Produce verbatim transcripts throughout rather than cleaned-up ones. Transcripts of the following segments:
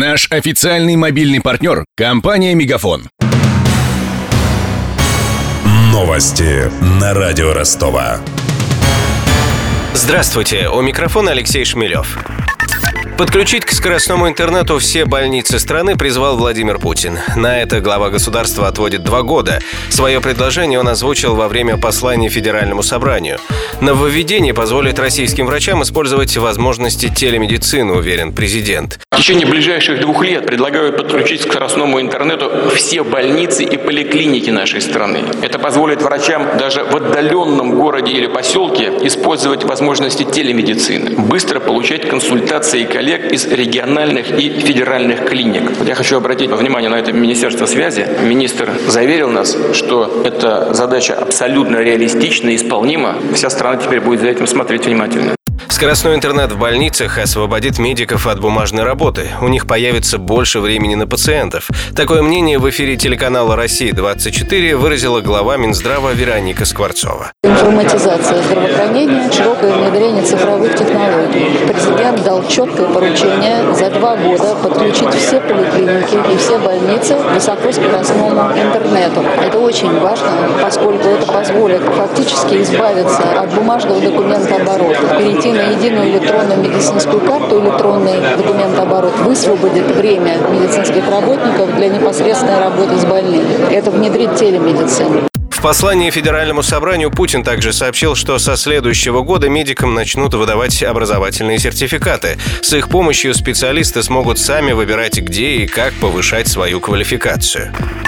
Наш официальный мобильный партнер – компания «Мегафон». Новости на радио Ростова. Здравствуйте, у микрофона Алексей Шмелев. Подключить к скоростному интернету все больницы страны призвал Владимир Путин. На это глава государства отводит два года. Свое предложение он озвучил во время послания Федеральному собранию. Нововведение позволит российским врачам использовать возможности телемедицины, уверен президент. В течение ближайших двух лет предлагаю подключить к скоростному интернету все больницы и поликлиники нашей страны. Это позволит врачам даже в отдаленном городе или поселке использовать возможности телемедицины, быстро получать консультации коллег из региональных и федеральных клиник. Я хочу обратить внимание на это Министерство связи. Министр заверил нас, что эта задача абсолютно реалистична и исполнима. Вся страна теперь будет за этим смотреть внимательно. Скоростной интернет в больницах освободит медиков от бумажной работы. У них появится больше времени на пациентов. Такое мнение в эфире телеканала «Россия двадцать четыре» выразила глава Минздрава Вероника Скворцова. Информатизация здравоохранения, широкое внедрение цифровых технологий. Президент дал четкое поручение за два года подключить все поликлиники и все больницы к высокоскоростному интернету. Это очень важно, поскольку это позволит фактически избавиться от бумажного документооборота, перейти на единую электронную медицинскую карту, электронный документооборот, высвободит время медицинских работников для непосредственной работы с больными. Это внедрит телемедицину. В послании Федеральному собранию Путин также сообщил, что со следующего года медикам начнут выдавать образовательные сертификаты. С их помощью специалисты смогут сами выбирать, где и как повышать свою квалификацию.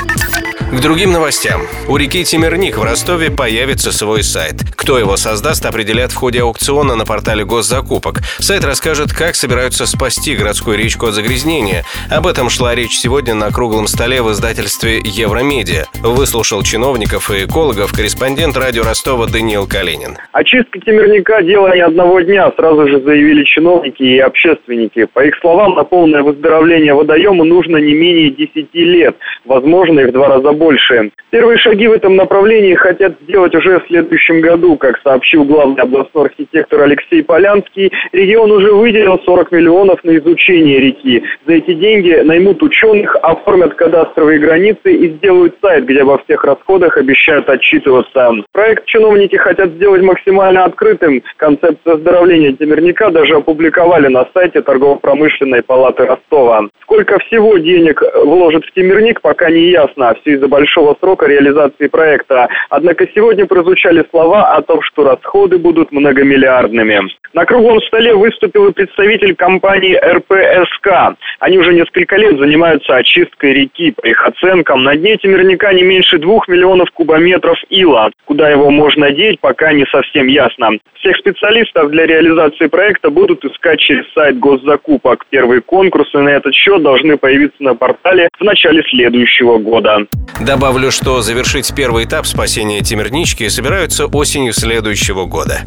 К другим новостям. У реки Темирник в Ростове появится свой сайт. Кто его создаст, определят в ходе аукциона на портале госзакупок. Сайт расскажет, как собираются спасти городскую речку от загрязнения. Об этом шла речь сегодня на круглом столе в издательстве «Евромедиа». Выслушал чиновников и экологов корреспондент радио Ростова Даниил Калинин. Очистка Темирника – дело не одного дня, сразу же заявили чиновники и общественники. По их словам, на полное выздоровление водоема нужно не менее десяти лет, возможно, и в два раза больше. Первые шаги в этом направлении хотят сделать уже в следующем году. Как сообщил главный областной архитектор Алексей Полянский, регион уже выделил сорок миллионов на изучение реки. За эти деньги наймут ученых, оформят кадастровые границы и сделают сайт, где обо всех расходах обещают отчитываться. Проект чиновники хотят сделать максимально открытым. Концепцию оздоровления Темирника даже опубликовали на сайте торгово-промышленной палаты Ростова. Сколько всего денег вложат в Темирник, пока не ясно. Все из-за большого срока реализации проекта. Однако сегодня прозвучали слова о том, что расходы будут многомиллиардными. На круглом столе выступил и представитель компании эр пэ эс ка. Они уже несколько лет занимаются очисткой реки. По их оценкам, на дне Темирника не меньше двух миллионов кубометров ила. Куда его можно деть, пока не совсем ясно. Всех специалистов для реализации проекта будут искать через сайт госзакупок. Первые конкурсы на этот счет должны появиться на портале в начале следующего года. Добавлю, что завершить первый этап спасения Темирнички собираются осенью следующего года.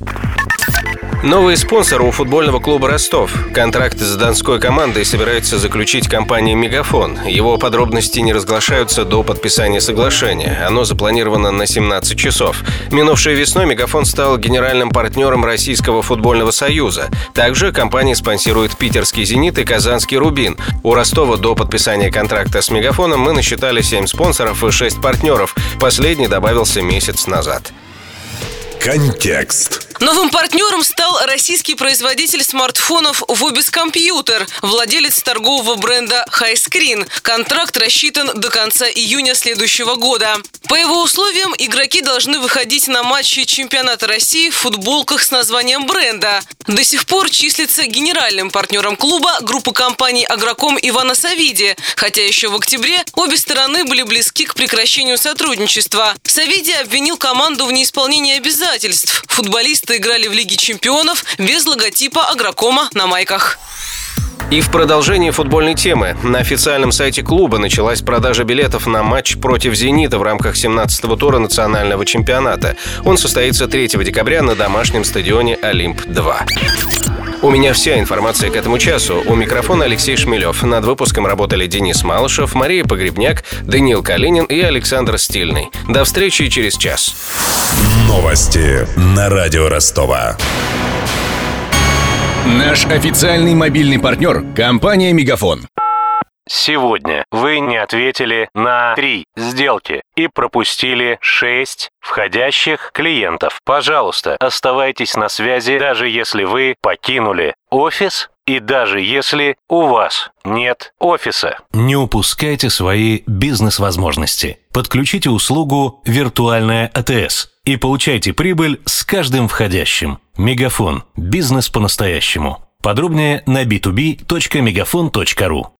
Новый спонсор у футбольного клуба «Ростов». Контракт с донской командой собирается заключить компания «Мегафон». Его подробности не разглашаются до подписания соглашения. Оно запланировано на семнадцать часов. Минувшей весной «Мегафон» стал генеральным партнером Российского футбольного союза. Также компания спонсирует питерский «Зенит» и казанский «Рубин». У Ростова до подписания контракта с «Мегафоном» мы насчитали семь спонсоров и шесть партнеров. Последний добавился месяц назад. Контекст. Новым партнером стал российский производитель смартфонов Vobis Computer, владелец торгового бренда HiScreen. Контракт рассчитан до конца июня следующего года. По его условиям, игроки должны выходить на матчи чемпионата России в футболках с названием бренда. До сих пор числится генеральным партнером клуба группа компаний «Агроком» Ивана Савиди, хотя еще в октябре обе стороны были близки к прекращению сотрудничества. Савиди обвинил команду в неисполнении обязательств. Футболисты играли в Лиге чемпионов без логотипа «Агрокома» на майках. И в продолжении футбольной темы. На официальном сайте клуба началась продажа билетов на матч против «Зенита» в рамках семнадцатого тура национального чемпионата. Он состоится третьего декабря на домашнем стадионе «Олимп-два». У меня вся информация к этому часу. У микрофона Алексей Шмелев. Над выпуском работали Денис Малышев, Мария Погребняк, Даниил Калинин и Александр Стильный. До встречи через час. Новости на радио Ростова. Наш официальный мобильный партнер – компания «Мегафон». Сегодня вы не ответили на три сделки и пропустили шесть входящих клиентов. Пожалуйста, оставайтесь на связи, даже если вы покинули офис и даже если у вас нет офиса. Не упускайте свои бизнес-возможности. Подключите услугу «Виртуальная АТС» и получайте прибыль с каждым входящим. Мегафон. Бизнес по-настоящему. Подробнее на би ту би точка мегафон точка ру.